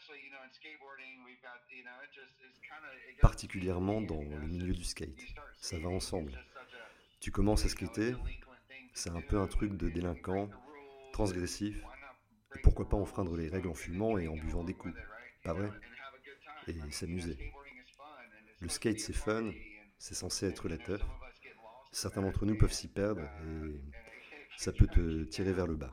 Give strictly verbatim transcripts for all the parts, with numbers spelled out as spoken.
Particulièrement dans le milieu du skate. Ça va ensemble. Tu commences à skater, c'est un peu un truc de délinquant, transgressif, et pourquoi pas enfreindre les règles en fumant et en buvant des coups, pas vrai? Et s'amuser. Le skate c'est fun, c'est censé être la teuf. Certains d'entre nous peuvent s'y perdre et ça peut te tirer vers le bas.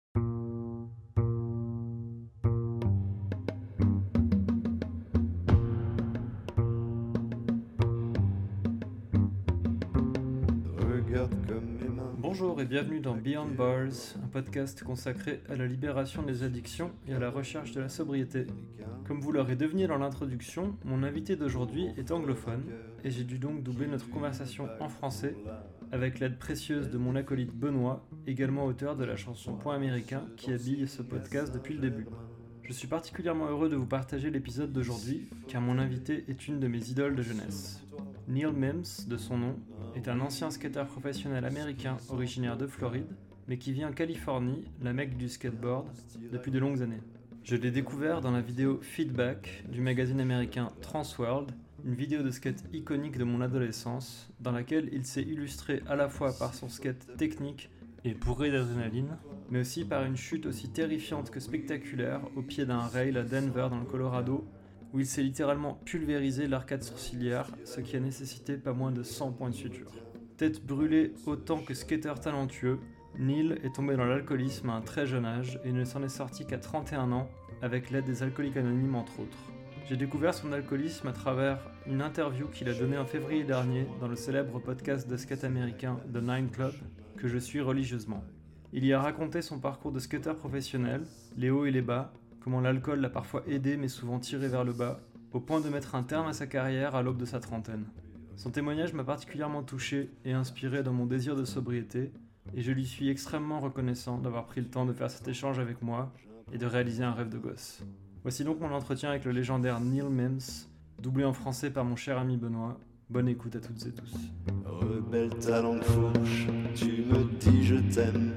Bonjour et bienvenue dans Beyond Bars, un podcast consacré à la libération des addictions et à la recherche de la sobriété. Comme vous l'aurez deviné dans l'introduction, mon invité d'aujourd'hui est anglophone et j'ai dû donc doubler notre conversation en français avec l'aide précieuse de mon acolyte Benoît, également auteur de la chanson Point américain qui habille ce podcast depuis le début. Je suis particulièrement heureux de vous partager l'épisode d'aujourd'hui car mon invité est une de mes idoles de jeunesse. Neil Mims, de son nom, est un ancien skateur professionnel américain originaire de Floride, mais qui vit en Californie, la mecque du skateboard, depuis de longues années. Je l'ai découvert dans la vidéo Feedback du magazine américain Transworld, une vidéo de skate iconique de mon adolescence, dans laquelle il s'est illustré à la fois par son skate technique et bourré d'adrénaline, mais aussi par une chute aussi terrifiante que spectaculaire au pied d'un rail à Denver dans le Colorado, où il s'est littéralement pulvérisé l'arcade sourcilière, ce qui a nécessité pas moins de cent points de suture. Tête brûlée autant que skateur talentueux, Neil est tombé dans l'alcoolisme à un très jeune âge et ne s'en est sorti qu'à trente et un ans, avec l'aide des alcooliques anonymes entre autres. J'ai découvert son alcoolisme à travers une interview qu'il a donnée en février dernier dans le célèbre podcast de skate américain The Nine Club, que je suis religieusement. Il y a raconté son parcours de skateur professionnel, les hauts et les bas, comment l'alcool l'a parfois aidé mais souvent tiré vers le bas, au point de mettre un terme à sa carrière à l'aube de sa trentaine. Son témoignage m'a particulièrement touché et inspiré dans mon désir de sobriété, et je lui suis extrêmement reconnaissant d'avoir pris le temps de faire cet échange avec moi et de réaliser un rêve de gosse. Voici donc mon entretien avec le légendaire Neil Mims, doublé en français par mon cher ami Benoît. Bonne écoute à toutes et tous. Rebelle talent de fourche, tu me dis je t'aime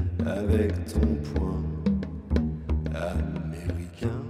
avec ton poing américain.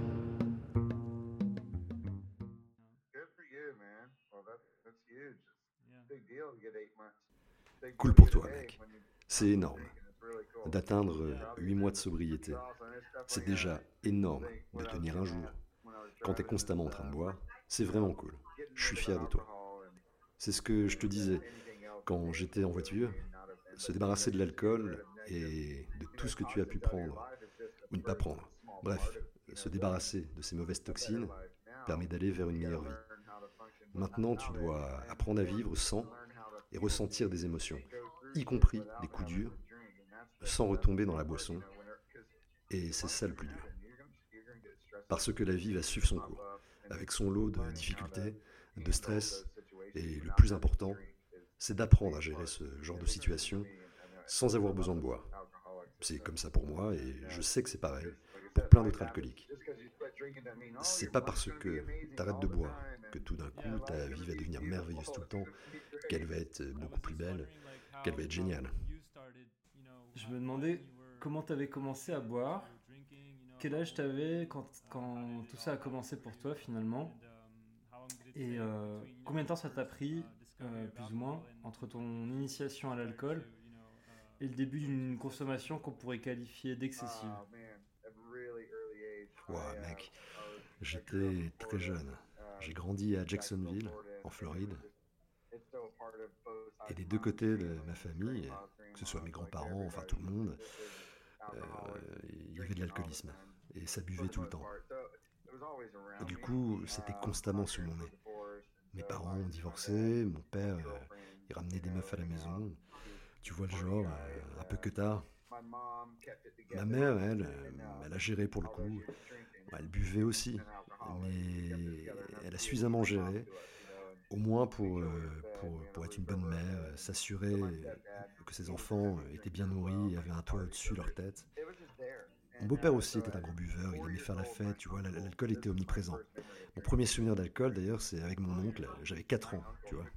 Cool pour toi, mec. C'est énorme. D'atteindre huit mois de sobriété. C'est déjà énorme de tenir un jour. Quand t'es constamment en train de boire, c'est vraiment cool. Je suis fier de toi. C'est ce que je te disais quand j'étais en voiture. Se débarrasser de l'alcool et de tout ce que tu as pu prendre ou ne pas prendre. Bref, se débarrasser de ces mauvaises toxines permet d'aller vers une meilleure vie. Maintenant, tu dois apprendre à vivre sans et ressentir des émotions, y compris des coups durs, sans retomber dans la boisson. Et c'est ça le plus dur. Parce que la vie va suivre son cours, avec son lot de difficultés, de stress, et le plus important, c'est d'apprendre à gérer ce genre de situation sans avoir besoin de boire. C'est comme ça pour moi et je sais que c'est pareil pour plein d'autres alcooliques. C'est pas parce que t'arrêtes de boire que tout d'un coup ta vie va devenir merveilleuse tout le temps, qu'elle va être beaucoup plus belle, qu'elle va être géniale. Je me demandais comment t'avais commencé à boire, quel âge t'avais quand, quand tout ça a commencé pour toi finalement, et euh, combien de temps ça t'a pris, euh, plus ou moins, entre ton initiation à l'alcool et le début d'une consommation qu'on pourrait qualifier d'excessive. Ouah, mec, j'étais très jeune. J'ai grandi à Jacksonville, en Floride. Et des deux côtés de ma famille, que ce soit mes grands-parents, enfin tout le monde, euh, il y avait de l'alcoolisme. Et ça buvait tout le temps. Et du coup, c'était constamment sous mon nez. Mes parents ont divorcé, mon père, euh, il ramenait des meufs à la maison. Tu vois le genre, euh, un peu que tard. Ma mère, elle, elle a géré pour le coup. Elle buvait aussi, mais elle a suffisamment géré, au moins pour, euh, pour, pour être une bonne mère, s'assurer que ses enfants étaient bien nourris et avaient un toit au-dessus de leur tête. Mon beau-père aussi était un gros buveur, il aimait faire la fête, tu vois, l'alcool était omniprésent. Mon premier souvenir d'alcool, d'ailleurs, c'est avec mon oncle, j'avais quatre ans, tu vois.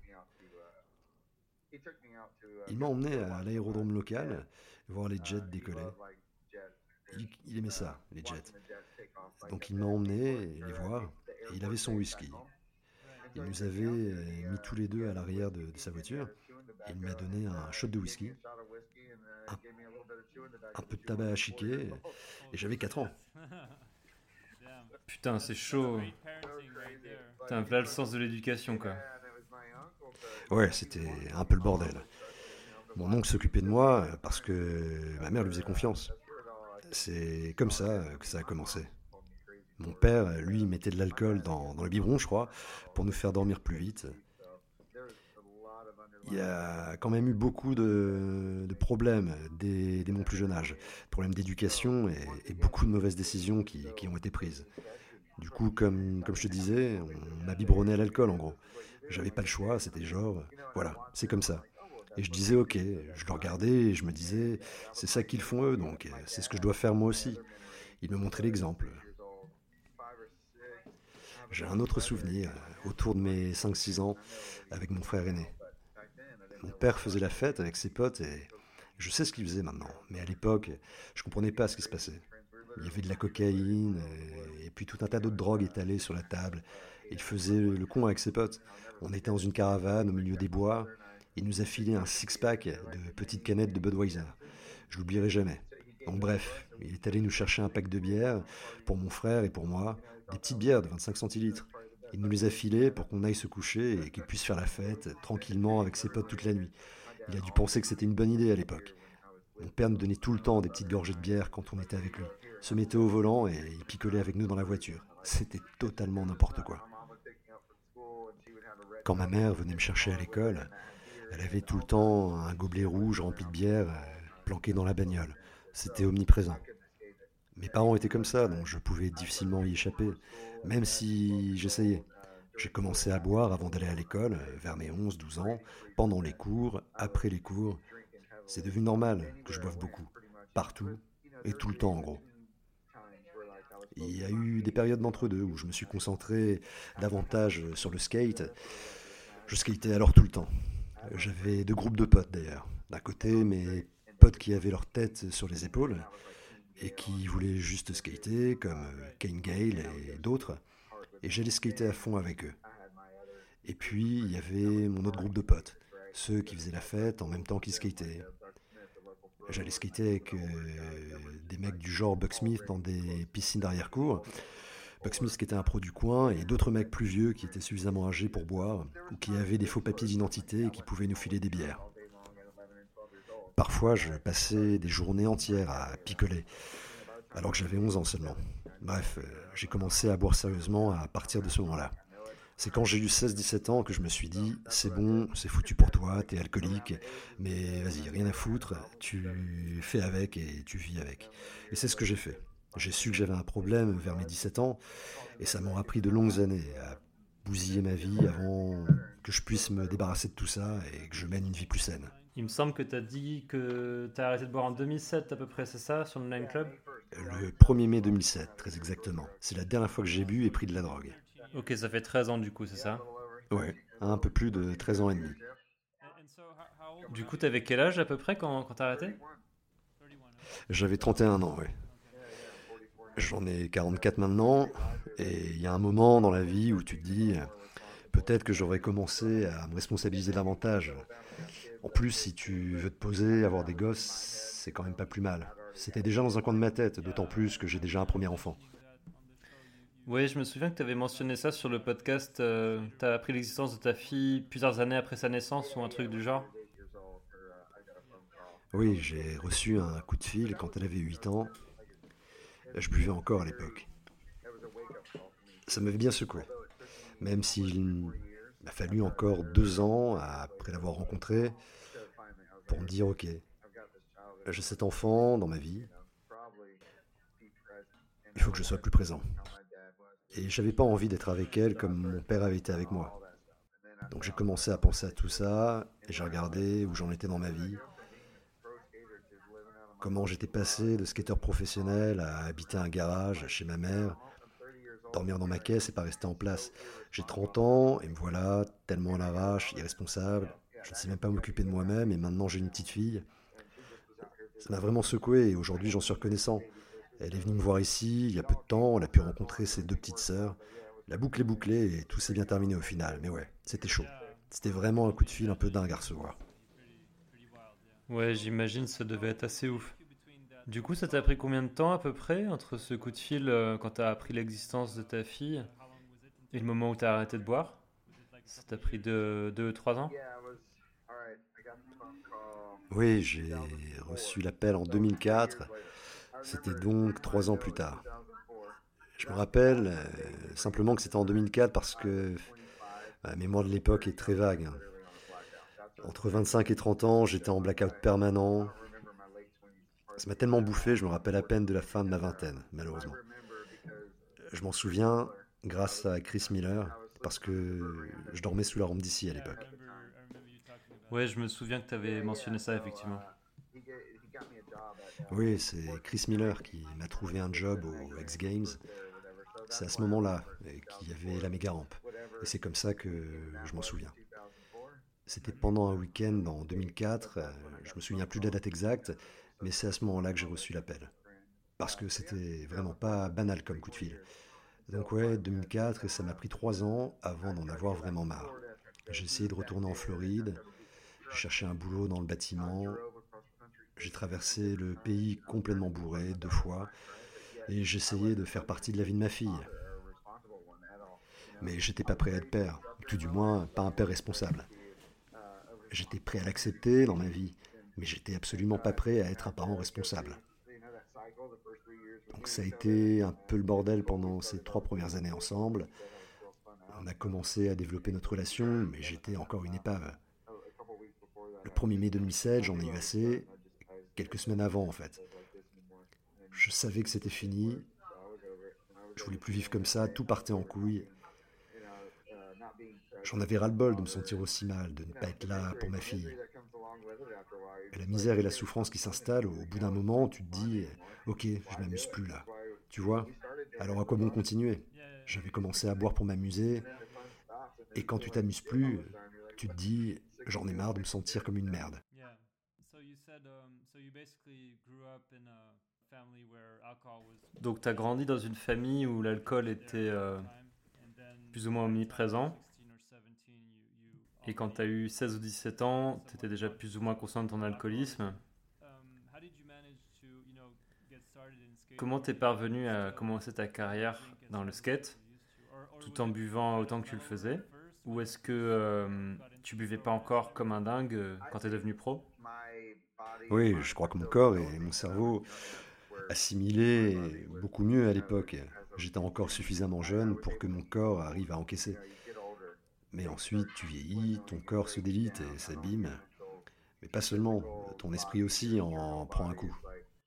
Il m'a emmené à l'aérodrome local, voir les jets décoller. il, il aimait ça, les jets. Donc il m'a emmené les voir, et il avait son whisky. Il nous avait mis tous les deux à l'arrière de, de sa voiture, et il m'a donné un shot de whisky, un, un peu de tabac à chiquer, et j'avais quatre ans. Putain, c'est chaud. T'as un là le sens de l'éducation, quoi. Ouais, c'était un peu le bordel. Mon oncle s'occupait de moi parce que ma mère lui faisait confiance. C'est comme ça que ça a commencé. Mon père, lui, mettait de l'alcool dans, dans le biberon, je crois, pour nous faire dormir plus vite. Il y a quand même eu beaucoup de, de problèmes dès, dès mon plus jeune âge. Problèmes d'éducation et, et beaucoup de mauvaises décisions qui, qui ont été prises. Du coup, comme, comme je te disais, on m'a biberonné à l'alcool, en gros. J'avais pas le choix, c'était genre, voilà, c'est comme ça. Et je disais ok, je le regardais et je me disais, c'est ça qu'ils font eux, donc c'est ce que je dois faire moi aussi. Ils me montraient l'exemple. J'ai un autre souvenir, autour de mes cinq six ans, avec mon frère aîné. Mon père faisait la fête avec ses potes et je sais ce qu'il faisait maintenant. Mais à l'époque, je comprenais pas ce qui se passait. Il y avait de la cocaïne et puis tout un tas d'autres drogues étalées sur la table. Il faisait le con avec ses potes. On était dans une caravane au milieu des bois. Il nous a filé un six-pack de petites canettes de Budweiser. Je l'oublierai jamais. Donc bref, il est allé nous chercher un pack de bière pour mon frère et pour moi, des petites bières de vingt-cinq centilitres. Il nous les a filées pour qu'on aille se coucher et qu'il puisse faire la fête tranquillement avec ses potes toute la nuit. Il a dû penser que c'était une bonne idée à l'époque. Mon père nous donnait tout le temps des petites gorgées de bière quand on était avec lui. Se mettait au volant et il picolait avec nous dans la voiture. C'était totalement n'importe quoi. Quand ma mère venait me chercher à l'école, elle avait tout le temps un gobelet rouge rempli de bière planqué dans la bagnole. C'était omniprésent. Mes parents étaient comme ça, donc je pouvais difficilement y échapper, même si j'essayais. J'ai commencé à boire avant d'aller à l'école, vers mes onze douze ans, pendant les cours, après les cours. C'est devenu normal que je boive beaucoup, partout et tout le temps en gros. Il y a eu des périodes d'entre-deux où je me suis concentré davantage sur le skate. Je skatais alors tout le temps. J'avais deux groupes de potes d'ailleurs. D'un côté, mes potes qui avaient leur tête sur les épaules et qui voulaient juste skater, comme Kane Gale et d'autres. Et j'allais skater à fond avec eux. Et puis, il y avait mon autre groupe de potes, ceux qui faisaient la fête en même temps qu'ils skataient. J'allais skater avec euh, des mecs du genre Bucksmith dans des piscines d'arrière-cour. Bucksmith qui était un pro du coin et d'autres mecs plus vieux qui étaient suffisamment âgés pour boire ou qui avaient des faux papiers d'identité et qui pouvaient nous filer des bières. Parfois, je passais des journées entières à picoler, alors que j'avais onze ans seulement. Bref, euh, j'ai commencé à boire sérieusement à partir de ce moment-là. C'est quand j'ai eu seize dix-sept ans que je me suis dit « c'est bon, c'est foutu pour toi, t'es alcoolique, mais vas-y, rien à foutre, tu fais avec et tu vis avec ». Et c'est ce que j'ai fait. J'ai su que j'avais un problème vers mes dix-sept ans et ça m'aura pris de longues années à bousiller ma vie avant que je puisse me débarrasser de tout ça et que je mène une vie plus saine. Il me semble que tu as dit que tu as arrêté de boire en deux mille sept à peu près, c'est ça, sur le Nine Club ? Le premier mai deux mille sept, très exactement. C'est la dernière fois que j'ai bu et pris de la drogue. Ok, ça fait treize ans du coup, c'est ça ? Ouais, un peu plus de treize ans et demi. Du coup, t'avais quel âge à peu près quand, quand t'as arrêté ? J'avais trente et un ans, ouais. J'en ai quarante-quatre maintenant, et il y a un moment dans la vie où tu te dis, peut-être que j'aurais commencé à me responsabiliser davantage. En plus, si tu veux te poser, avoir des gosses, c'est quand même pas plus mal. C'était déjà dans un coin de ma tête, d'autant plus que j'ai déjà un premier enfant. Oui, je me souviens que tu avais mentionné ça sur le podcast. Euh, tu as appris l'existence de ta fille plusieurs années après sa naissance ou un truc du genre. Oui, j'ai reçu un coup de fil quand elle avait huit ans. Je buvais encore à l'époque. Ça m'avait bien secoué. Même s'il m'a fallu encore deux ans après l'avoir rencontré pour me dire ok, j'ai cet enfant dans ma vie. Il faut que je sois plus présent. Et j'avais pas envie d'être avec elle comme mon père avait été avec moi. Donc j'ai commencé à penser à tout ça, et j'ai regardé où j'en étais dans ma vie. Comment j'étais passé de skateur professionnel à habiter un garage chez ma mère, dormir dans ma caisse et pas rester en place. J'ai trente ans, et me voilà, tellement à l'arrache, irresponsable. Je ne sais même pas m'occuper de moi-même, et maintenant j'ai une petite fille. Ça m'a vraiment secoué, et aujourd'hui j'en suis reconnaissant. Elle est venue me voir ici, il y a peu de temps, on a pu rencontrer ses deux petites sœurs. La boucle est bouclée et tout s'est bien terminé au final, mais ouais, c'était chaud. C'était vraiment un coup de fil un peu dingue à recevoir. Ouais, j'imagine ça devait être assez ouf. Du coup, ça t'a pris combien de temps à peu près entre ce coup de fil euh, quand t'as appris l'existence de ta fille et le moment où t'as arrêté de boire? Ça t'a pris deux, deux, trois ans? Oui, j'ai reçu l'appel en deux mille quatre, c'était donc trois ans plus tard. Je me rappelle euh, simplement que c'était en deux mille quatre parce que la mémoire de l'époque est très vague. Hein. Entre vingt-cinq et trente ans, j'étais en blackout permanent. Ça m'a tellement bouffé, je me rappelle à peine de la fin de ma vingtaine, malheureusement. Je m'en souviens grâce à Chris Miller, parce que je dormais sous la rampe d'ici à l'époque. Ouais, je me souviens que t'avais mentionné ça effectivement. Oui, c'est Chris Miller qui m'a trouvé un job aux X Games. C'est à ce moment-là qu'il y avait la méga rampe. Et c'est comme ça que je m'en souviens. C'était pendant un week-end en deux mille quatre, je me souviens plus de la date exacte, mais c'est à ce moment-là que j'ai reçu l'appel. Parce que c'était vraiment pas banal comme coup de fil. Donc ouais, deux mille quatre, et ça m'a pris trois ans avant d'en avoir vraiment marre. J'ai essayé de retourner en Floride, j'ai cherché un boulot dans le bâtiment, j'ai traversé le pays complètement bourré deux fois, et j'essayais de faire partie de la vie de ma fille. Mais j'étais pas prêt à être père, tout du moins pas un père responsable. J'étais prêt à l'accepter dans ma vie, mais j'étais absolument pas prêt à être un parent responsable. Donc ça a été un peu le bordel pendant ces trois premières années ensemble. On a commencé à développer notre relation, mais j'étais encore une épave. Le premier mai deux mille sept, j'en ai eu assez, quelques semaines avant en fait. Je savais que c'était fini, je voulais plus vivre comme ça, tout partait en couille. J'en avais ras-le-bol de me sentir aussi mal, de ne pas être là pour ma fille. Et la misère et la souffrance qui s'installent, au bout d'un moment, tu te dis « Ok, je m'amuse plus là. » Tu vois? Alors à quoi bon continuer? J'avais commencé à boire pour m'amuser, et quand tu t'amuses plus, tu te dis « J'en ai marre de me sentir comme une merde. » Donc t'as grandi dans une famille où l'alcool était euh, plus ou moins omniprésent. Et quand t'as eu seize ou dix-sept ans, t'étais déjà plus ou moins conscient de ton alcoolisme. Comment t'es parvenu à commencer ta carrière dans le skate, tout en buvant autant que tu le faisais? Ou est-ce que euh, tu buvais pas encore comme un dingue euh, quand t'es devenu pro? Oui, je crois que mon corps et mon cerveau assimilaient beaucoup mieux à l'époque. J'étais encore suffisamment jeune pour que mon corps arrive à encaisser. Mais ensuite, tu vieillis, ton corps se délite et s'abîme. Mais pas seulement, ton esprit aussi en prend un coup.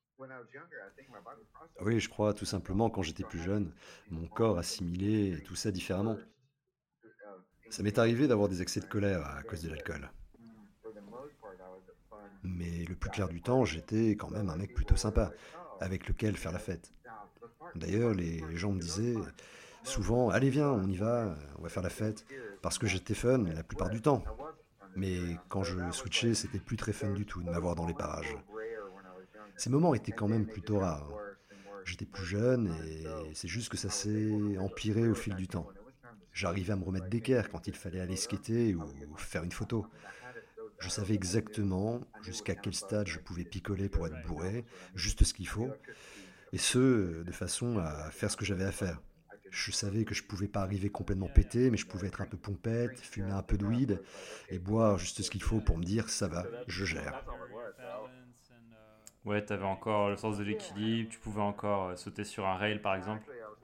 Oui, je crois tout simplement quand j'étais plus jeune, mon corps assimilait tout ça différemment. Ça m'est arrivé d'avoir des excès de colère à cause de l'alcool. Mais le plus clair du temps, j'étais quand même un mec plutôt sympa, avec lequel faire la fête. D'ailleurs, les gens me disaient souvent « Allez viens, on y va, on va faire la fête », parce que j'étais fun la plupart du temps. Mais quand je switchais, c'était plus très fun du tout de m'avoir dans les parages. Ces moments étaient quand même plutôt rares. J'étais plus jeune et c'est juste que ça s'est empiré au fil du temps. J'arrivais à me remettre d'équerre quand il fallait aller skater ou faire une photo. Je savais exactement jusqu'à quel stade je pouvais picoler pour être bourré, juste ce qu'il faut, et ce, de façon à faire ce que j'avais à faire. Je savais que je pouvais pas arriver complètement pété, mais je pouvais être un peu pompette, fumer un peu de weed, et boire juste ce qu'il faut pour me dire ça va, je gère. Ouais, t'avais encore le sens de l'équilibre, tu pouvais encore euh, sauter sur un rail par exemple.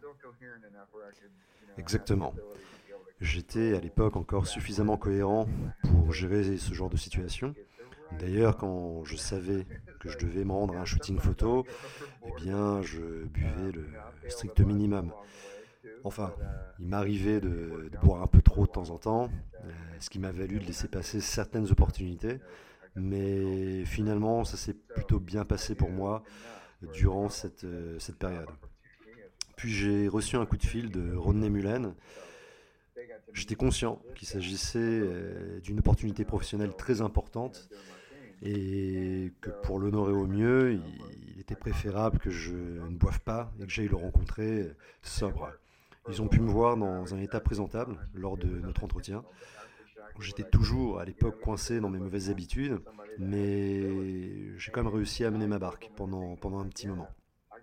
Exactement. J'étais à l'époque encore suffisamment cohérent pour gérer ce genre de situation. D'ailleurs, quand je savais que je devais me rendre à un shooting photo, eh bien, je buvais le strict minimum. Enfin, il m'arrivait de, de boire un peu trop de temps en temps, euh, ce qui m'a valu de laisser passer certaines opportunités. Mais finalement, ça s'est plutôt bien passé pour moi durant cette, euh, cette période. Puis j'ai reçu un coup de fil de Rodney Mullen. J'étais conscient qu'il s'agissait euh, d'une opportunité professionnelle très importante et que pour l'honorer au mieux, il était préférable que je ne boive pas et que j'aille le rencontrer sobre. Ils ont pu me voir dans un état présentable lors de notre entretien. J'étais toujours à l'époque coincé dans mes mauvaises habitudes, mais j'ai quand même réussi à mener ma barque pendant, pendant un petit moment.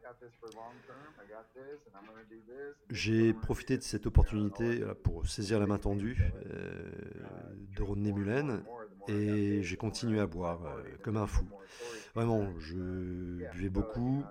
J'ai profité de cette opportunité pour saisir la main tendue euh, de Rodney Mullen et j'ai continué à boire euh, comme un fou. Vraiment, je buvais beaucoup,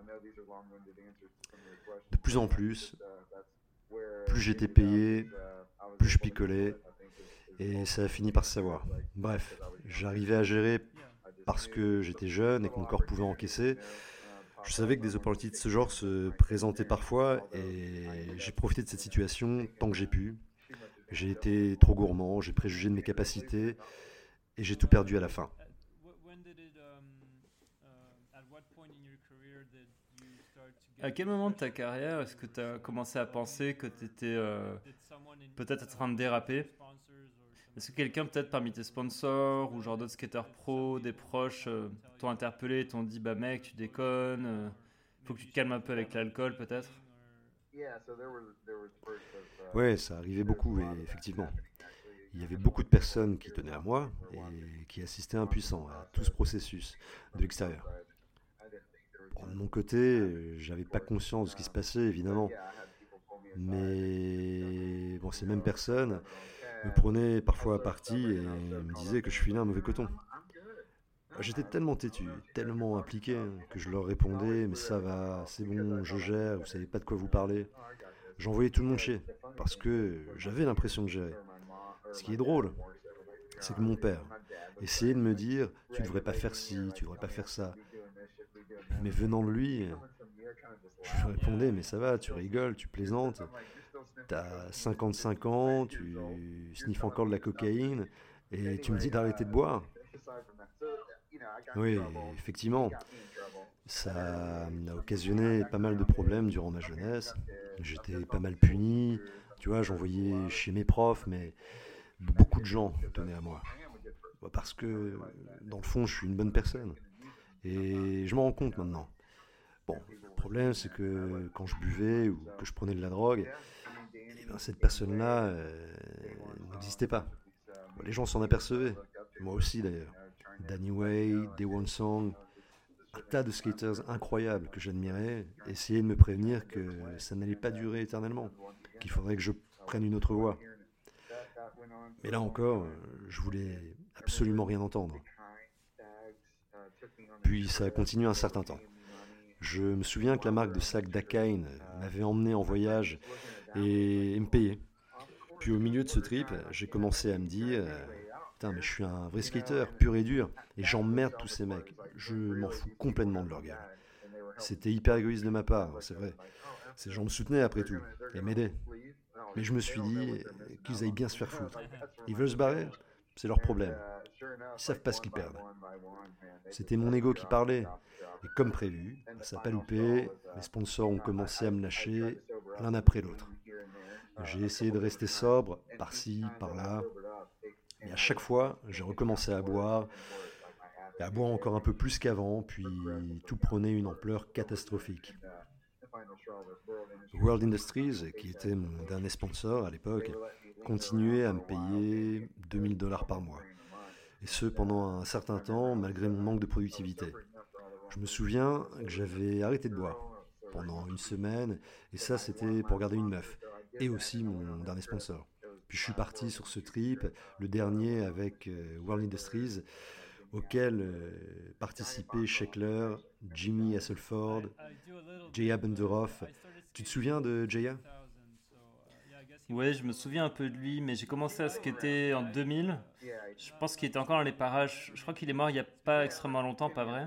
de plus en plus. Plus j'étais payé, plus je picolais et ça a fini par se savoir. Bref, j'arrivais à gérer parce que j'étais jeune et que mon corps pouvait encaisser. Je savais que des opportunités de ce genre se présentaient parfois et j'ai profité de cette situation tant que j'ai pu. J'ai été trop gourmand, j'ai préjugé de mes capacités et j'ai tout perdu à la fin. À quel moment de ta carrière est-ce que tu as commencé à penser que tu étais euh, peut-être en train de déraper? Est-ce que quelqu'un peut-être parmi tes sponsors ou genre d'autres skateurs pros, des proches euh, t'ont interpellé, t'ont dit bah mec tu déconnes, euh, faut que tu te calmes un peu avec l'alcool peut-être? Ouais, ça arrivait beaucoup et effectivement. Il y avait beaucoup de personnes qui tenaient à moi et qui assistaient impuissants à tout ce processus de l'extérieur. Bon, de mon côté, j'avais pas conscience de ce qui se passait évidemment, mais bon, ces mêmes personnes me prenaient parfois à partie et me disaient que je filais un mauvais coton. J'étais tellement têtu, tellement impliqué hein, que je leur répondais mais ça va, c'est bon, je gère, vous savez pas de quoi vous parlez. J'envoyais tout le monde chier parce que j'avais l'impression de gérer. Ce qui est drôle, c'est que mon père essayait de me dire tu devrais pas faire ci, tu devrais pas faire ça. Mais venant de lui, je lui répondais mais ça va, tu rigoles, tu plaisantes, t'as cinquante-cinq ans, tu sniffes encore de la cocaïne et tu me dis d'arrêter de boire. Oui, effectivement, ça a occasionné pas mal de problèmes durant ma jeunesse. J'étais pas mal puni, tu vois, j'envoyais chez mes profs, mais beaucoup de gens tenaient à moi. Parce que, dans le fond, je suis une bonne personne. Et je m'en rends compte maintenant. Bon, le problème, c'est que quand je buvais ou que je prenais de la drogue, eh ben, cette personne-là euh, n'existait pas. Bon, les gens s'en apercevaient. Moi aussi, d'ailleurs. Danny Way, Daewon Song, un tas de skaters incroyables que j'admirais, essayaient de me prévenir que ça n'allait pas durer éternellement, qu'il faudrait que je prenne une autre voie. Mais là encore, je voulais absolument rien entendre. Puis ça a continué un certain temps. Je me souviens que la marque de sacs Dakine m'avait emmené en voyage et, et me payait. Puis au milieu de ce trip, j'ai commencé à me dire putain, mais je suis un vrai skater, pur et dur, et j'emmerde tous ces mecs. Je m'en fous complètement de leur gueule. C'était hyper égoïste de ma part, c'est vrai. Ces gens me soutenaient après tout, et m'aidaient. Mais je me suis dit qu'ils aillent bien se faire foutre. Ils veulent se barrer, c'est leur problème. Ils savent pas ce qu'ils perdent. C'était mon ego qui parlait. Et comme prévu, ça n'a pas loupé, les sponsors ont commencé à me lâcher l'un après l'autre. J'ai essayé de rester sobre, par-ci, par-là. Et à chaque fois, j'ai recommencé à boire, et à boire encore un peu plus qu'avant, puis tout prenait une ampleur catastrophique. World Industries, qui était mon dernier sponsor à l'époque, continuait à me payer deux mille dollars par mois. Et ce, pendant un certain temps, malgré mon manque de productivité. Je me souviens que j'avais arrêté de boire pendant une semaine, et ça, c'était pour garder une meuf, et aussi mon dernier sponsor. Puis je suis parti sur ce trip, le dernier avec World Industries, auquel euh, participaient Sheckler, Jimmy Hasselford, Jaya Bunderoff. Tu te souviens de Jaya ? Ouais, je me souviens un peu de lui, mais j'ai commencé à skater en deux mille. Je pense qu'il était encore dans les parages. Je crois qu'il est mort il n'y a pas extrêmement longtemps, pas vrai ?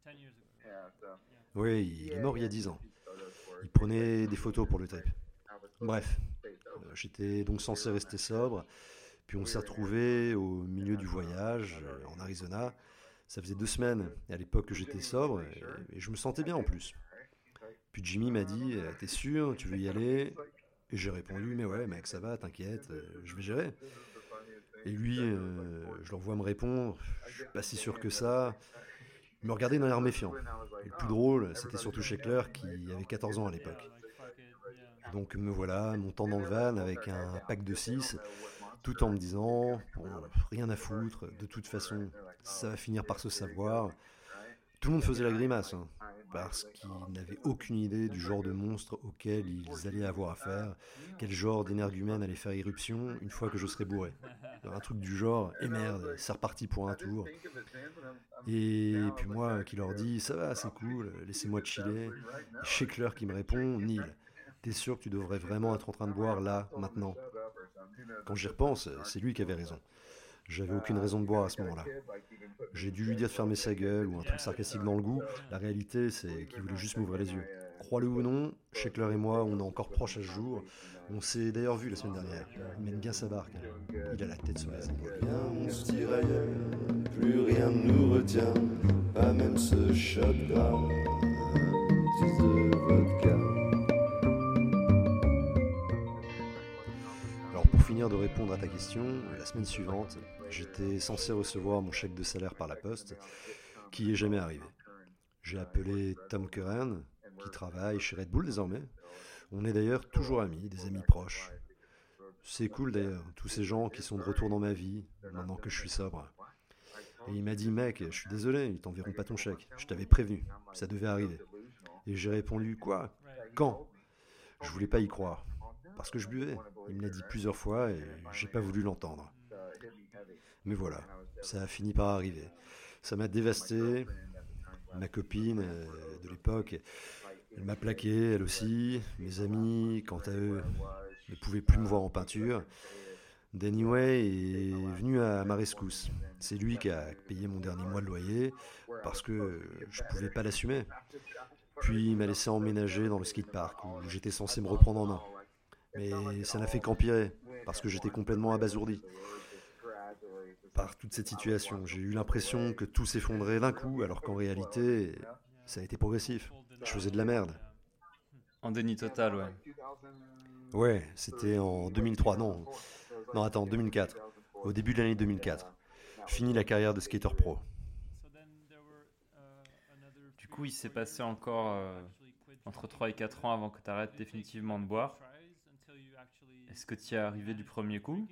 Oui, il est mort il y a dix ans. Il prenait des photos pour le trip. Bref, euh, j'étais donc censé rester sobre. Puis on s'est retrouvés au milieu du voyage, euh, en Arizona. Ça faisait deux semaines à l'époque que j'étais sobre, et, et je me sentais bien en plus. Puis Jimmy m'a dit « T'es sûr, tu veux y aller ?» Et j'ai répondu « Mais ouais mec, ça va, t'inquiète, euh, je vais gérer. » Et lui, euh, je le revois me répondre, je suis pas si sûr que ça. Il me regardait d'un air méfiant. Et le plus drôle, c'était surtout Sheckler qui avait quatorze ans à l'époque. Et donc me voilà montant dans le van avec un pack de six, tout en me disant, bon, rien à foutre, de toute façon, ça va finir par se savoir. Tout le monde faisait la grimace, hein, parce qu'ils n'avaient aucune idée du genre de monstre auquel ils allaient avoir affaire, quel genre d'énergumène allait faire irruption une fois que je serais bourré. Un truc du genre, et merde, c'est reparti pour un tour. Et puis moi qui leur dis, ça va, c'est cool, laissez-moi chiller. Et Sheckler qui me répond, Neil, t'es sûr que tu devrais vraiment être en train de boire là, maintenant? Quand j'y repense, c'est lui qui avait raison. J'avais aucune raison de boire à ce moment-là. J'ai dû lui dire de fermer sa gueule ou un truc sarcastique dans le goût. La réalité, c'est qu'il voulait juste m'ouvrir les yeux. Crois-le ou non, Sheckler et moi, on est encore proches à ce jour. On s'est d'ailleurs vu la semaine dernière. Il mène bien sa barque. Il a la tête sur les épaules. On se tire ailleurs, plus rien ne nous retient, pas même ce shot grave de vodka. Alors pour finir de répondre à ta question, la semaine suivante, j'étais censé recevoir mon chèque de salaire par la poste, qui est jamais arrivé. J'ai appelé Tom Curran, qui travaille chez Red Bull désormais. On est d'ailleurs toujours amis, des amis proches. C'est cool d'ailleurs, tous ces gens qui sont de retour dans ma vie, maintenant que je suis sobre. Et il m'a dit, mec, je suis désolé, ils t'enverront pas ton chèque. Je t'avais prévenu, ça devait arriver. Et j'ai répondu, quoi? Quand? Je voulais pas y croire. Parce que je buvais. Il me l'a dit plusieurs fois et j'ai pas voulu l'entendre. Mais voilà, ça a fini par arriver. Ça m'a dévasté. Ma copine euh, de l'époque, elle m'a plaqué, elle aussi. Mes amis, quant à eux, ne pouvaient plus me voir en peinture. Danny Way est venu à ma rescousse. C'est lui qui a payé mon dernier mois de loyer parce que je pouvais pas l'assumer. Puis il m'a laissé emménager dans le skatepark où j'étais censé me reprendre en main. Mais ça n'a fait qu'empirer, parce que j'étais complètement abasourdi par toute cette situation. J'ai eu l'impression que tout s'effondrait d'un coup, alors qu'en réalité, ça a été progressif. Je faisais de la merde. En déni total, ouais. Ouais, c'était en deux mille trois, non. Non, attends, deux mille quatre. Au début de l'année deux mille quatre. Fini la carrière de skater pro. Du coup, il s'est passé encore euh, entre trois et quatre ans avant que tu arrêtes définitivement de boire. Est-ce que tu y es arrivé du premier coup?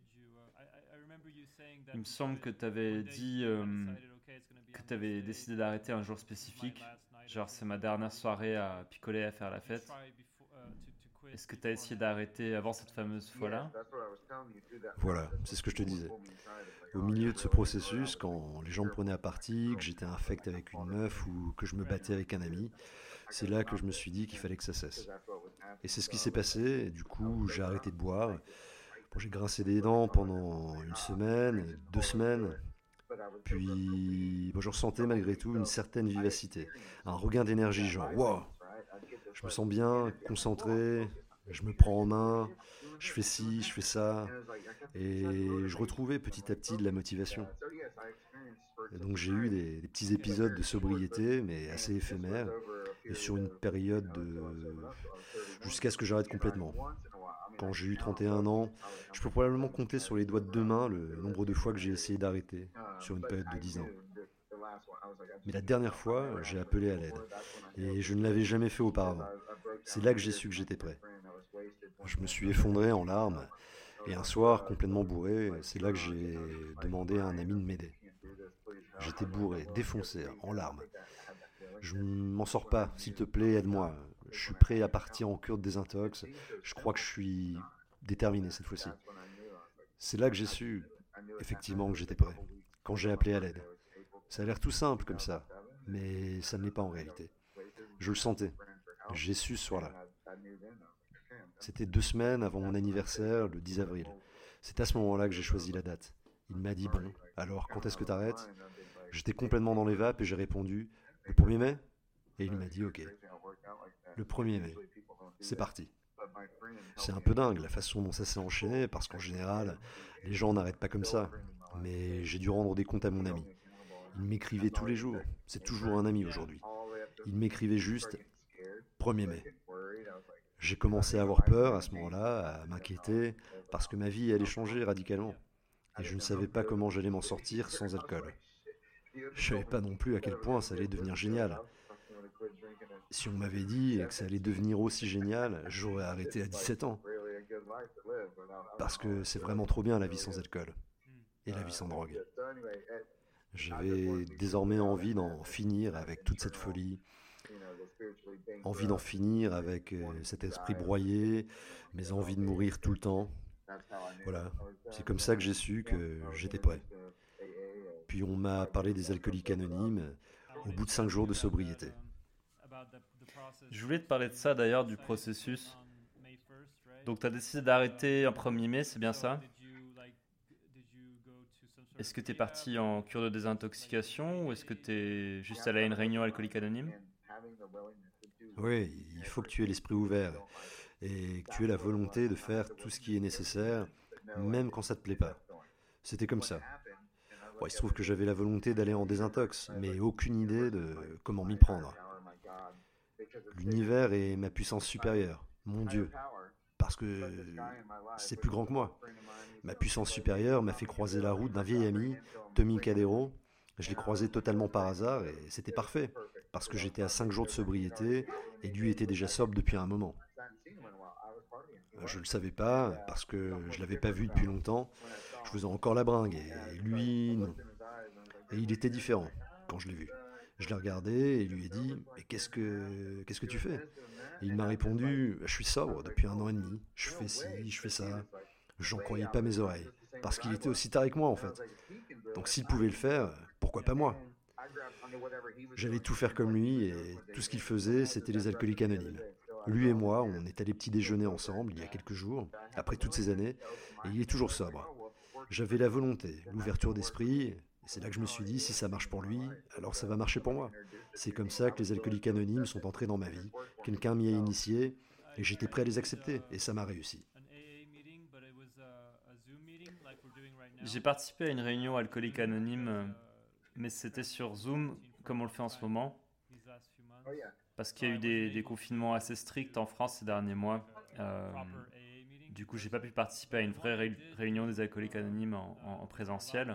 Il me semble que tu avais dit euh, que tu avais décidé d'arrêter un jour spécifique. Genre, c'est ma dernière soirée à picoler, à faire la fête. Est-ce que tu as essayé d'arrêter avant cette fameuse fois-là? Voilà, c'est ce que je te disais. Au milieu de ce processus, quand les gens me prenaient à partie, que j'étais infect avec une meuf ou que je me battais avec un ami, c'est là que je me suis dit qu'il fallait que ça cesse. Et c'est ce qui s'est passé, et du coup j'ai arrêté de boire. Bon, j'ai grincé des dents pendant une semaine, deux semaines, puis bon, je ressentais malgré tout une certaine vivacité, un regain d'énergie, genre wow, je me sens bien, concentré, je me prends en main, je fais ci, je fais ça, et je retrouvais petit à petit de la motivation. Et donc j'ai eu des, des petits épisodes de sobriété, mais assez éphémères, et sur une période de... jusqu'à ce que j'arrête complètement. Quand j'ai eu trente et un ans, je peux probablement compter sur les doigts de deux mains le nombre de fois que j'ai essayé d'arrêter, sur une période de dix ans. Mais la dernière fois, j'ai appelé à l'aide, et je ne l'avais jamais fait auparavant. C'est là que j'ai su que j'étais prêt. Je me suis effondré en larmes, et un soir, complètement bourré, c'est là que j'ai demandé à un ami de m'aider. J'étais bourré, défoncé, en larmes. Je m'en sors pas, s'il te plaît, aide-moi. Je suis prêt à partir en cure de désintox. Je crois que je suis déterminé cette fois-ci. C'est là que j'ai su, effectivement, que j'étais prêt. Quand j'ai appelé à l'aide. Ça a l'air tout simple comme ça, mais ça ne l'est pas en réalité. Je le sentais. J'ai su ce soir-là. C'était deux semaines avant mon anniversaire, le dix avril. C'est à ce moment-là que j'ai choisi la date. Il m'a dit, bon, alors quand est-ce que t'arrêtes? J'étais complètement dans les vapes et j'ai répondu, le premier mai? Et il m'a dit, ok. Le premier mai. C'est parti. C'est un peu dingue la façon dont ça s'est enchaîné, parce qu'en général, les gens n'arrêtent pas comme ça. Mais j'ai dû rendre des comptes à mon ami. Il m'écrivait tous les jours. C'est toujours un ami aujourd'hui. Il m'écrivait juste, premier mai. J'ai commencé à avoir peur à ce moment-là, à m'inquiéter, parce que ma vie allait changer radicalement. et je ne savais pas comment j'allais m'en sortir sans alcool. Je savais pas non plus à quel point ça allait devenir génial. Si on m'avait dit que ça allait devenir aussi génial, j'aurais arrêté à dix-sept ans. Parce que c'est vraiment trop bien la vie sans alcool et la vie sans drogue. J'avais désormais envie d'en finir avec toute cette folie, envie d'en finir avec cet esprit broyé, mes envies de mourir tout le temps. Voilà, c'est comme ça que j'ai su que j'étais prêt. Puis on m'a parlé des alcooliques anonymes au bout de cinq jours de sobriété. Je voulais te parler de ça d'ailleurs, du processus. Donc tu as décidé d'arrêter en premier mai, c'est bien ça? Est-ce que tu es parti en cure de désintoxication ou est-ce que tu es juste allé à une réunion alcoolique anonyme? Oui, il faut que tu aies l'esprit ouvert et que tu aies la volonté de faire tout ce qui est nécessaire, même quand ça te plaît pas. C'était comme ça. Bon, il se trouve que j'avais la volonté d'aller en désintox, mais aucune idée de comment m'y prendre. L'univers est ma puissance supérieure, mon Dieu, parce que c'est plus grand que moi. Ma puissance supérieure m'a fait croiser la route d'un vieil ami, Tommy Cadero. Je l'ai croisé totalement par hasard et c'était parfait, parce que j'étais à cinq jours de sobriété et lui était déjà sobre depuis un moment. Je ne le savais pas, parce que je ne l'avais pas vu depuis longtemps. Je faisais encore la bringue et lui, non. Et il était différent quand je l'ai vu. Je l'ai regardé et lui ai dit « Mais qu'est-ce que, qu'est-ce que tu fais ?» Et il m'a répondu « Je suis sobre depuis un an et demi, je fais ci, je fais ça. » J'en croyais pas mes oreilles, parce qu'il était aussi taré que moi en fait. Donc s'il pouvait le faire, pourquoi pas moi? J'allais tout faire comme lui et tout ce qu'il faisait, c'était les alcooliques anonymes. Lui et moi, on est allés petit déjeuner ensemble il y a quelques jours, après toutes ces années, et il est toujours sobre. J'avais la volonté, l'ouverture d'esprit, et c'est là que je me suis dit, si ça marche pour lui, alors ça va marcher pour moi. C'est comme ça que les alcooliques anonymes sont entrés dans ma vie. Quelqu'un m'y a initié, et j'étais prêt à les accepter, et ça m'a réussi. J'ai participé à une réunion alcoolique anonyme, mais c'était sur Zoom, comme on le fait en ce moment, parce qu'il y a eu des, des confinements assez stricts en France ces derniers mois. Euh, du coup, j'ai pas pu participer à une vraie ré- réunion des alcooliques anonymes en, en, en présentiel.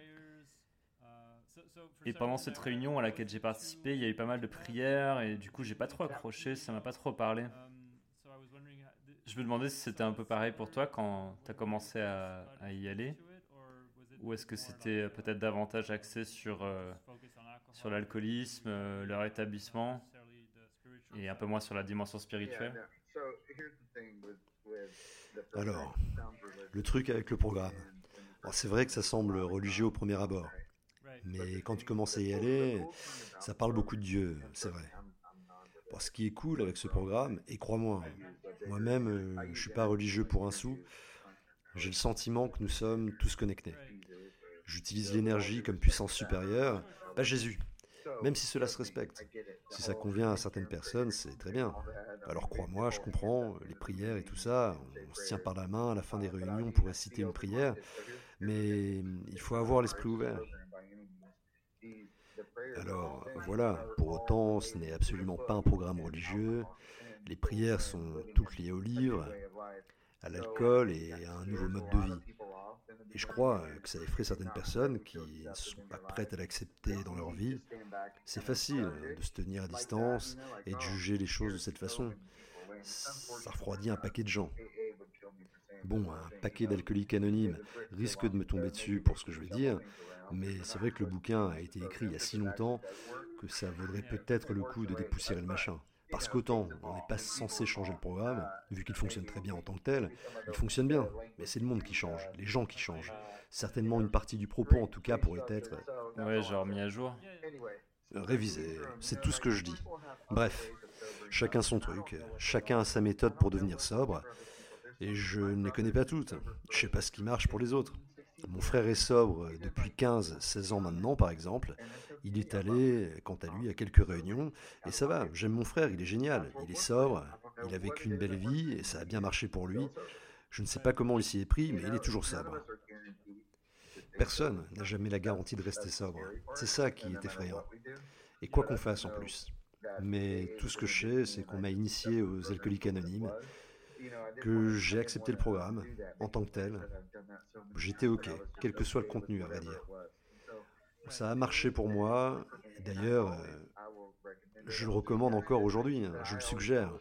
Et pendant cette réunion à laquelle j'ai participé, il y a eu pas mal de prières et du coup, j'ai pas trop accroché, ça m'a pas trop parlé. Je me demandais si c'était un peu pareil pour toi quand tu as commencé à, à y aller, ou est-ce que c'était peut-être davantage axé sur, euh, sur l'alcoolisme, euh, le rétablissement, et un peu moins sur la dimension spirituelle? Alors, le truc avec le programme. Alors, c'est vrai que ça semble religieux au premier abord, mais quand tu commences à y aller, ça parle beaucoup de Dieu, c'est vrai. Bon, ce qui est cool avec ce programme, et crois-moi, moi-même, euh, je ne suis pas religieux pour un sou, j'ai le sentiment que nous sommes tous connectés. J'utilise l'énergie comme puissance supérieure, pas Jésus, même si cela se respecte. Si ça convient à certaines personnes, c'est très bien. Alors crois-moi, je comprends, les prières et tout ça, on se tient par la main à la fin des réunions pour réciter une prière, mais il faut avoir l'esprit ouvert. Alors voilà, pour autant, ce n'est absolument pas un programme religieux. Les prières sont toutes liées au livre, à l'alcool et à un nouveau mode de vie. Et je crois que ça effraie certaines personnes qui ne sont pas prêtes à l'accepter dans leur vie. C'est facile de se tenir à distance et de juger les choses de cette façon. Ça refroidit un paquet de gens. Bon, un paquet d'alcooliques anonymes risque de me tomber dessus pour ce que je vais dire, mais c'est vrai que le bouquin a été écrit il y a si longtemps que ça vaudrait peut-être le coup de dépoussiérer le machin. Parce qu'autant, on n'est pas censé changer le programme, vu qu'il fonctionne très bien en tant que tel, il fonctionne bien, mais c'est le monde qui change, les gens qui changent. Certainement une partie du propos, en tout cas, pourrait être... Ouais, genre mis à jour. Révisé, c'est tout ce que je dis. Bref, chacun son truc, chacun a sa méthode pour devenir sobre, et je ne les connais pas toutes. Je sais pas ce qui marche pour les autres. Mon frère est sobre depuis quinze seize ans maintenant, par exemple. Il est allé, quant à lui, à quelques réunions, et ça va, j'aime mon frère, il est génial. Il est sobre, il a vécu une belle vie, et ça a bien marché pour lui. Je ne sais pas comment il s'y est pris, mais il est toujours sobre. Personne n'a jamais la garantie de rester sobre. C'est ça qui est effrayant. Et quoi qu'on fasse en plus. Mais tout ce que je sais, c'est qu'on m'a initié aux alcooliques anonymes, que j'ai accepté le programme en tant que tel. J'étais OK, quel que soit le contenu, à vrai dire. Ça a marché pour moi. D'ailleurs, euh, je le recommande encore aujourd'hui, hein, je le suggère.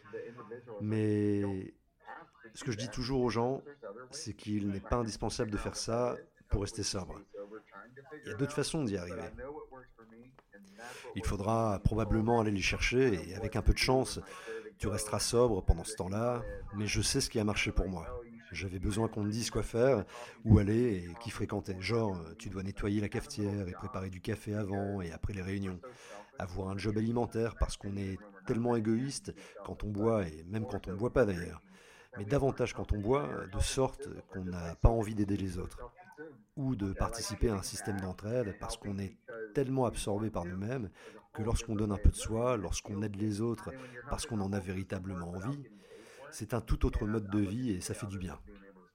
Mais ce que je dis toujours aux gens, c'est qu'il n'est pas indispensable de faire ça pour rester sobre. Il y a d'autres façons d'y arriver. Il faudra probablement aller les chercher et avec un peu de chance, tu resteras sobre pendant ce temps-là, mais je sais ce qui a marché pour moi. J'avais besoin qu'on me dise quoi faire, où aller et qui fréquenter. Genre, tu dois nettoyer la cafetière et préparer du café avant et après les réunions. Avoir un job alimentaire parce qu'on est tellement égoïste quand on boit et même quand on ne boit pas d'ailleurs. Mais davantage quand on boit, de sorte qu'on n'a pas envie d'aider les autres. Ou de participer à un système d'entraide parce qu'on est tellement absorbé par nous-mêmes que lorsqu'on donne un peu de soi, lorsqu'on aide les autres parce qu'on en a véritablement envie, c'est un tout autre mode de vie et ça fait du bien.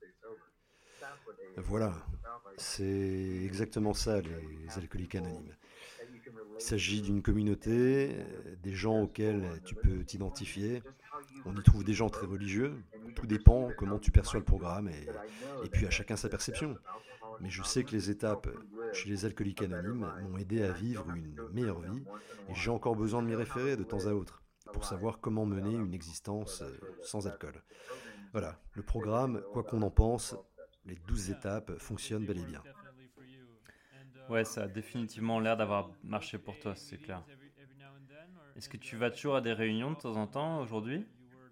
Voilà, c'est exactement ça les alcooliques anonymes. Il s'agit d'une communauté, des gens auxquels tu peux t'identifier. On y trouve des gens très religieux. Tout dépend comment tu perçois le programme et, et puis à chacun sa perception. Mais je sais que les étapes chez les alcooliques anonymes m'ont aidé à vivre une meilleure vie et j'ai encore besoin de m'y référer de temps à autre pour savoir comment mener une existence sans alcool. Voilà, le programme, quoi qu'on en pense, les douze étapes fonctionnent bel et bien. Ouais, ça a définitivement l'air d'avoir marché pour toi, c'est clair. Est-ce que tu vas toujours à des réunions de temps en temps aujourd'hui ?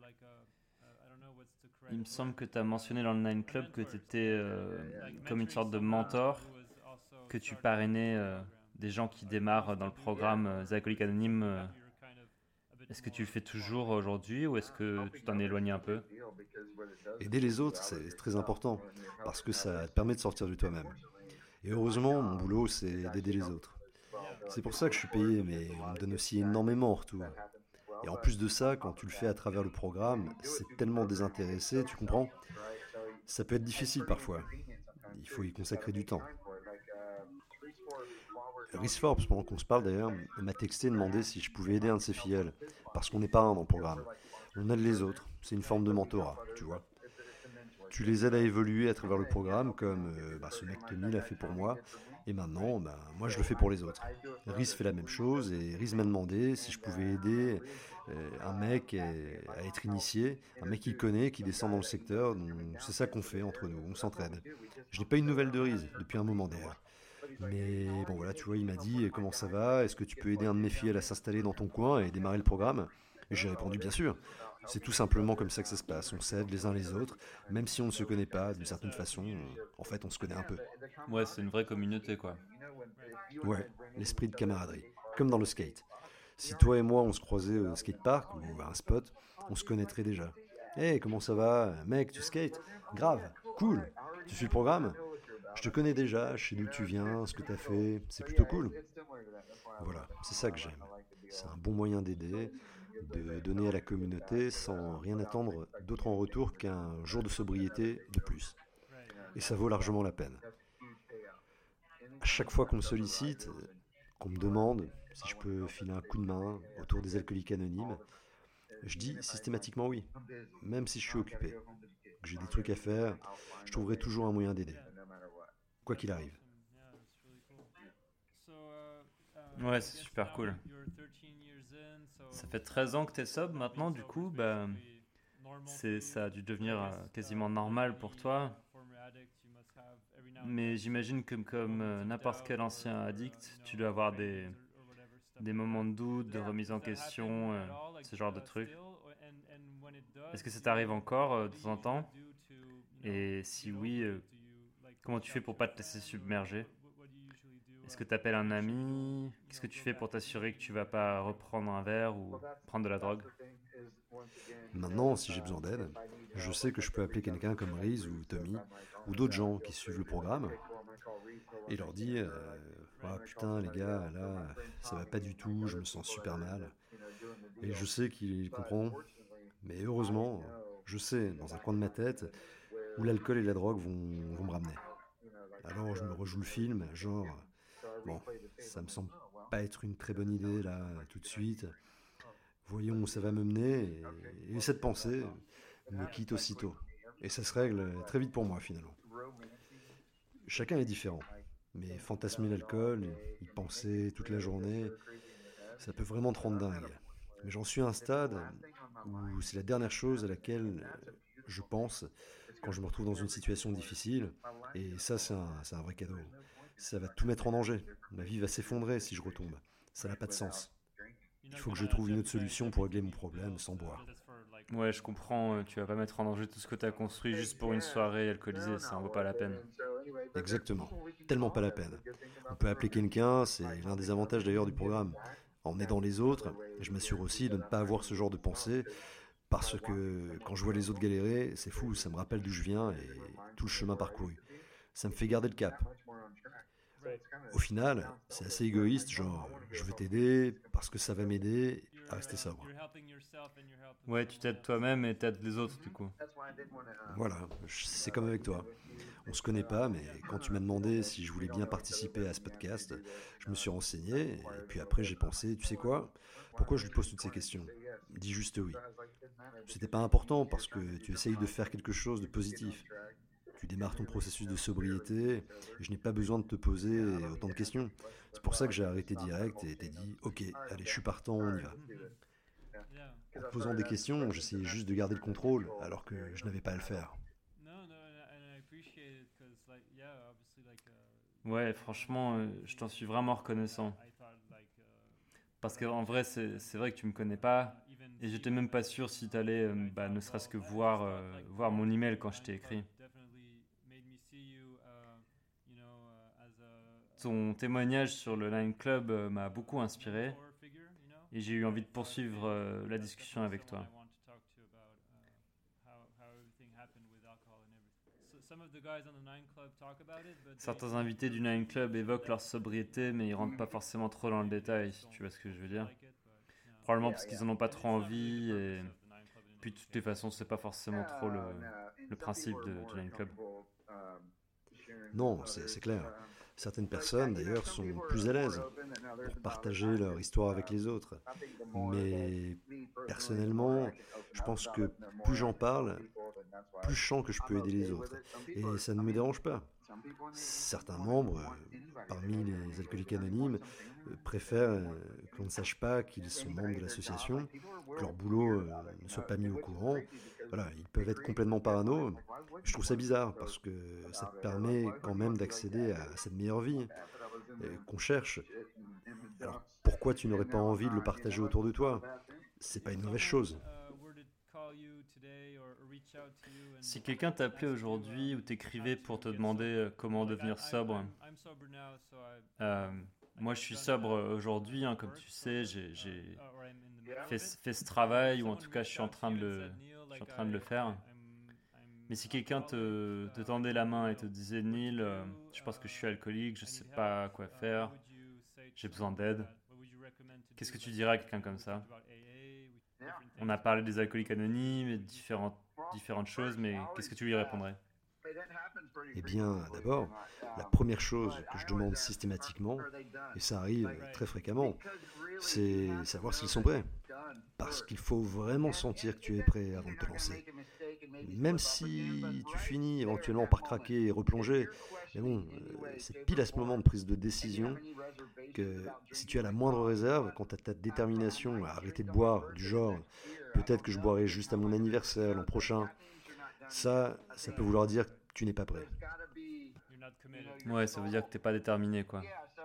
Il me semble que tu as mentionné dans le Nine Club que tu étais euh, comme une sorte de mentor, que tu parrainais euh, des gens qui démarrent dans le programme euh, des alcooliques anonymes. Euh. Est-ce que tu le fais toujours aujourd'hui ou est-ce que tu t'en es éloigné un peu ? Aider les autres, c'est très important parce que ça te permet de sortir de toi-même. Et heureusement, mon boulot, c'est d'aider les autres. C'est pour ça que je suis payé, mais on me donne aussi énormément en retour. Et en plus de ça, quand tu le fais à travers le programme, c'est tellement désintéressé, tu comprends ? Ça peut être difficile parfois. Il faut y consacrer du temps. Rhys Forbes, pendant qu'on se parle d'ailleurs, m'a texté et demandé si je pouvais aider un de ses filleuls, parce qu'on n'est pas un dans le programme. On aide les autres, c'est une forme de mentorat, tu vois. Tu les aides à évoluer à travers le programme, comme euh, bah, ce mec Tommy l'a fait pour moi, et maintenant, bah, moi je le fais pour les autres. Rhys fait la même chose, et Rhys m'a demandé si je pouvais aider euh, un mec à être initié, un mec qu'il connaît, qui descend dans le secteur, donc c'est ça qu'on fait entre nous, on s'entraide. Je n'ai pas eu de nouvelles de Rhys depuis un moment d'ailleurs. Mais bon voilà, tu vois, il m'a dit « Comment ça va ? Est-ce que tu peux aider un de mes filles à s'installer dans ton coin et démarrer le programme ?» Et j'ai répondu « Bien sûr !» C'est tout simplement comme ça que ça se passe. On s'aide les uns les autres, même si on ne se connaît pas d'une certaine façon. En fait, on se connaît un peu. Ouais, c'est une vraie communauté, quoi. Ouais, l'esprit de camaraderie, comme dans le skate. Si toi et moi, on se croisait au skatepark ou à un spot, on se connaîtrait déjà. « Hey, comment ça va ? Mec, tu skates ? Grave, cool. Tu suis le programme ? Je te connais déjà, je sais d'où tu viens, ce que tu as fait, c'est plutôt cool. » Voilà, c'est ça que j'aime. C'est un bon moyen d'aider, de donner à la communauté sans rien attendre d'autre en retour qu'un jour de sobriété de plus. Et ça vaut largement la peine. À chaque fois qu'on me sollicite, qu'on me demande si je peux filer un coup de main autour des alcooliques anonymes, je dis systématiquement oui, même si je suis occupé, que j'ai des trucs à faire, je trouverai toujours un moyen d'aider, quoi qu'il arrive. Ouais, c'est super cool. Ça fait treize ans que tu es sobre maintenant, du coup, bah, c'est, ça a dû devenir euh, quasiment normal pour toi. Mais j'imagine que comme euh, n'importe quel ancien addict, tu dois avoir des, des moments de doute, de remise en question, euh, ce genre de trucs. Est-ce que ça t'arrive encore euh, de temps en temps ? Et si oui, euh, comment tu fais pour pas te laisser submerger ? Est-ce que tu appelles un ami ? Qu'est-ce que tu fais pour t'assurer que tu vas pas reprendre un verre ou prendre de la drogue ? Maintenant, si j'ai besoin d'aide, je sais que je peux appeler quelqu'un comme Rhys ou Tommy ou d'autres gens qui suivent le programme et leur dire euh, ah, « Putain les gars, là, ça va pas du tout, je me sens super mal. » Et je sais qu'ils comprendront. Mais heureusement, je sais, dans un coin de ma tête, où l'alcool et la drogue vont, vont me ramener. Alors je me rejoue le film, genre... Bon, ça me semble pas être une très bonne idée là, tout de suite. Voyons où ça va me mener, et, et cette pensée, me quitte aussitôt. Et ça se règle très vite pour moi finalement. Chacun est différent, mais fantasmer l'alcool, y penser toute la journée, ça peut vraiment te rendre dingue. Mais j'en suis à un stade où c'est la dernière chose à laquelle je pense quand je me retrouve dans une situation difficile. Et ça, c'est un, c'est un vrai cadeau. Ça va tout mettre en danger. Ma vie va s'effondrer si je retombe. Ça n'a pas de sens. Il faut que je trouve une autre solution pour régler mon problème sans boire. Ouais, je comprends, euh, tu vas pas mettre en danger tout ce que tu as construit juste pour une soirée alcoolisée, ça en vaut pas la peine. Exactement. Tellement pas la peine. On peut appeler quelqu'un, c'est l'un des avantages d'ailleurs du programme. En aidant les autres, je m'assure aussi de ne pas avoir ce genre de pensée, parce que quand je vois les autres galérer, c'est fou, ça me rappelle d'où je viens et tout le chemin parcouru. Ça me fait garder le cap. Au final, c'est assez égoïste, genre je veux t'aider parce que ça va m'aider à rester sobre. Ouais, tu t'aides toi-même et t'aides les autres du coup. Voilà, c'est comme avec toi. On se connaît pas, mais quand tu m'as demandé si je voulais bien participer à ce podcast, je me suis renseigné, et puis après j'ai pensé, tu sais quoi, pourquoi je lui pose toutes ces questions? Dis juste oui. C'était pas important parce que tu essayes de faire quelque chose de positif. Tu démarres ton processus de sobriété, et je n'ai pas besoin de te poser autant de questions. C'est pour ça que j'ai arrêté direct et t'ai dit, ok, allez, je suis partant, on y va. En te posant des questions, j'essayais juste de garder le contrôle, alors que je n'avais pas à le faire. Ouais, franchement, euh, je t'en suis vraiment reconnaissant. Parce qu'en vrai, c'est, c'est vrai que tu me connais pas, et j'étais même pas sûr si t'allais, euh, bah, ne serait-ce que voir, euh, voir mon email quand je t'ai écrit. Ton témoignage sur le Line Club euh, m'a beaucoup inspiré, et j'ai eu envie de poursuivre euh, la discussion avec toi. Certains invités du Nine Club évoquent leur sobriété, mais ils rentrent pas forcément trop dans le détail, si tu vois ce que je veux dire. Probablement parce qu'ils en ont pas trop envie, et puis de toutes les façons, c'est pas forcément trop le, le principe de, du Nine Club. Non, c'est, c'est clair. Certaines personnes, d'ailleurs, sont plus à l'aise pour partager leur histoire avec les autres. Mais personnellement, je pense que plus j'en parle, plus je sens que je peux aider les autres. Et ça ne me dérange pas. Certains membres, parmi les alcooliques anonymes, préfèrent que l'on ne sache pas qu'ils sont membres de l'association, que leur boulot ne soit pas mis au courant. Voilà, ils peuvent être complètement parano. Je trouve ça bizarre parce que ça te permet quand même d'accéder à cette meilleure vie qu'on cherche. Alors pourquoi tu n'aurais pas envie de le partager autour de toi? C'est pas une mauvaise chose. Si quelqu'un t'appelait aujourd'hui ou t'écrivait pour te demander comment devenir sobre, euh, moi je suis sobre aujourd'hui, hein, comme tu sais, j'ai, j'ai fait, fait ce travail, ou en tout cas je suis en train de le, je suis en train de le faire. Mais si quelqu'un te, te tendait la main et te disait Neil, euh, je pense que je suis alcoolique, je sais pas quoi faire, j'ai besoin d'aide, qu'est-ce que tu dirais à quelqu'un comme ça? On a parlé des alcooliques anonymes et de différentes, différentes choses, mais qu'est-ce que tu lui répondrais? Eh bien, d'abord, la première chose que je demande systématiquement, et ça arrive très fréquemment, c'est savoir s'ils sont prêts. Parce qu'il faut vraiment sentir que tu es prêt avant de te lancer. Même si tu finis éventuellement par craquer et replonger, mais bon, c'est pile à ce moment de prise de décision que si tu as la moindre réserve quant à ta détermination à arrêter de boire, du genre peut-être que je boirai juste à mon anniversaire l'an prochain, ça, ça peut vouloir dire que tu n'es pas prêt. Ouais, ça veut dire que t'es pas déterminé, quoi.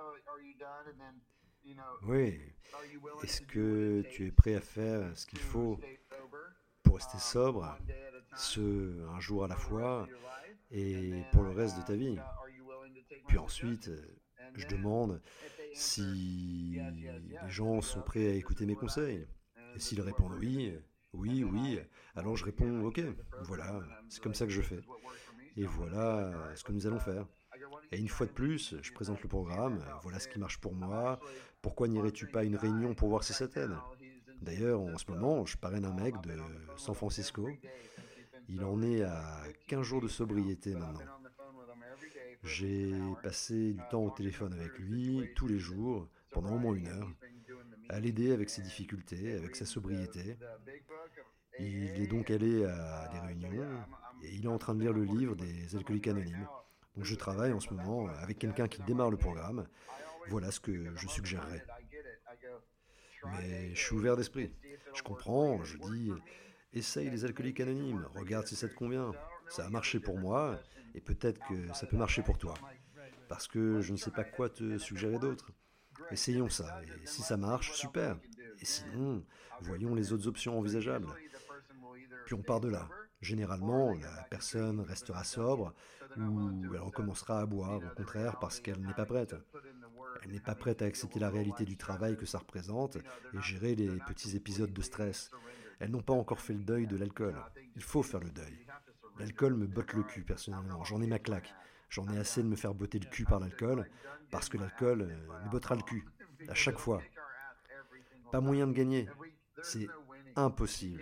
Oui. Est-ce que tu es prêt à faire ce qu'il faut pour rester sobre, ce un jour à la fois, et pour le reste de ta vie? Puis ensuite, je demande si les gens sont prêts à écouter mes conseils. Et s'ils répondent oui, oui, oui, alors je réponds ok, voilà, c'est comme ça que je fais. Et voilà ce que nous allons faire. Et une fois de plus, je présente le programme, voilà ce qui marche pour moi, pourquoi n'irais-tu pas à une réunion pour voir si ça t'aide? D'ailleurs, en ce moment, je parraine un mec de San Francisco. Il en est à quinze jours de sobriété maintenant. J'ai passé du temps au téléphone avec lui tous les jours, pendant au moins une heure, à l'aider avec ses difficultés, avec sa sobriété. Il est donc allé à des réunions et il est en train de lire le livre des Alcooliques Anonymes. Donc je travaille en ce moment avec quelqu'un qui démarre le programme. Voilà ce que je suggérerais. Mais je suis ouvert d'esprit. Je comprends, je dis, essaye les Alcooliques Anonymes, regarde si ça te convient. Ça a marché pour moi et peut-être que ça peut marcher pour toi. Parce que je ne sais pas quoi te suggérer d'autre. Essayons ça, et si ça marche, super. Et sinon, voyons les autres options envisageables. Puis on part de là. Généralement, la personne restera sobre ou elle recommencera à boire, au contraire, parce qu'elle n'est pas prête. Elle n'est pas prête à accepter la réalité du travail que ça représente et gérer les petits épisodes de stress. Elles n'ont pas encore fait le deuil de l'alcool. Il faut faire le deuil. L'alcool me botte le cul, personnellement. J'en ai ma claque. J'en ai assez de me faire botter le cul par l'alcool, parce que l'alcool euh, me bottera le cul, à chaque fois. Pas moyen de gagner. C'est impossible.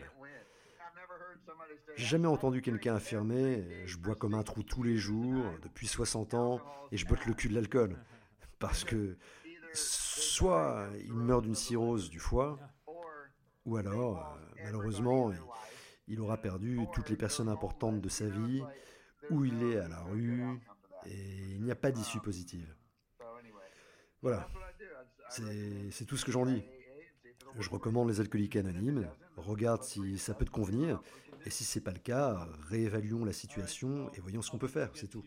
J'ai jamais entendu quelqu'un affirmer « je bois comme un trou tous les jours, depuis soixante ans, et je botte le cul de l'alcool ». Parce que soit il meurt d'une cirrhose du foie, ou alors, euh, malheureusement, il, il aura perdu toutes les personnes importantes de sa vie, ou il est à la rue, et il n'y a pas d'issue positive. Voilà, c'est, c'est tout ce que j'en dis. Je recommande les Alcooliques Anonymes, regarde si ça peut te convenir, et si c'est pas le cas, réévaluons la situation et voyons ce qu'on peut faire, c'est tout.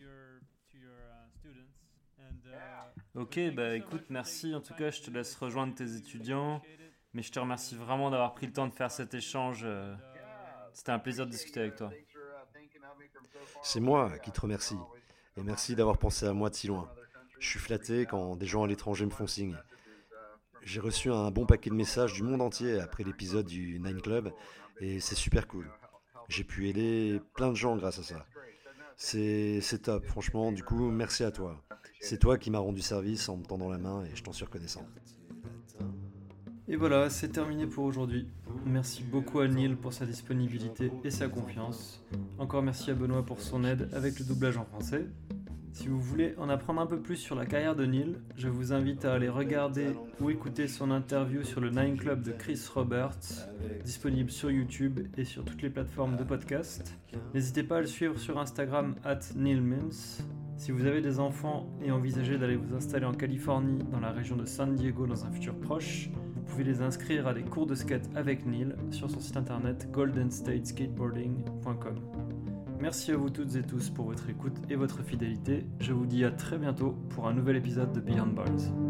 Ok, bah écoute, merci. En tout cas, je te laisse rejoindre tes étudiants, mais je te remercie vraiment d'avoir pris le temps de faire cet échange. C'était un plaisir de discuter avec toi. C'est moi qui te remercie, et merci d'avoir pensé à moi de si loin. Je suis flatté quand des gens à l'étranger me font signe. J'ai reçu un bon paquet de messages du monde entier après l'épisode du Nine Club, et c'est super cool. J'ai pu aider plein de gens grâce à ça. C'est, c'est top, franchement, du coup, merci à toi. C'est toi qui m'as rendu service en me tendant la main et je t'en suis reconnaissant. Et voilà, c'est terminé pour aujourd'hui. Merci beaucoup à Neil pour sa disponibilité et sa confiance. Encore merci à Benoît pour son aide avec le doublage en français. Si vous voulez en apprendre un peu plus sur la carrière de Neil, je vous invite à aller regarder ou écouter son interview sur le Nine Club de Chris Roberts, disponible sur YouTube et sur toutes les plateformes de podcast. N'hésitez pas à le suivre sur Instagram arobase neil mims. Si vous avez des enfants et envisagez d'aller vous installer en Californie, dans la région de San Diego dans un futur proche, vous pouvez les inscrire à des cours de skate avec Neil sur son site internet golden state skateboarding point com. Merci à vous toutes et tous pour votre écoute et votre fidélité. Je vous dis à très bientôt pour un nouvel épisode de Beyond Bars.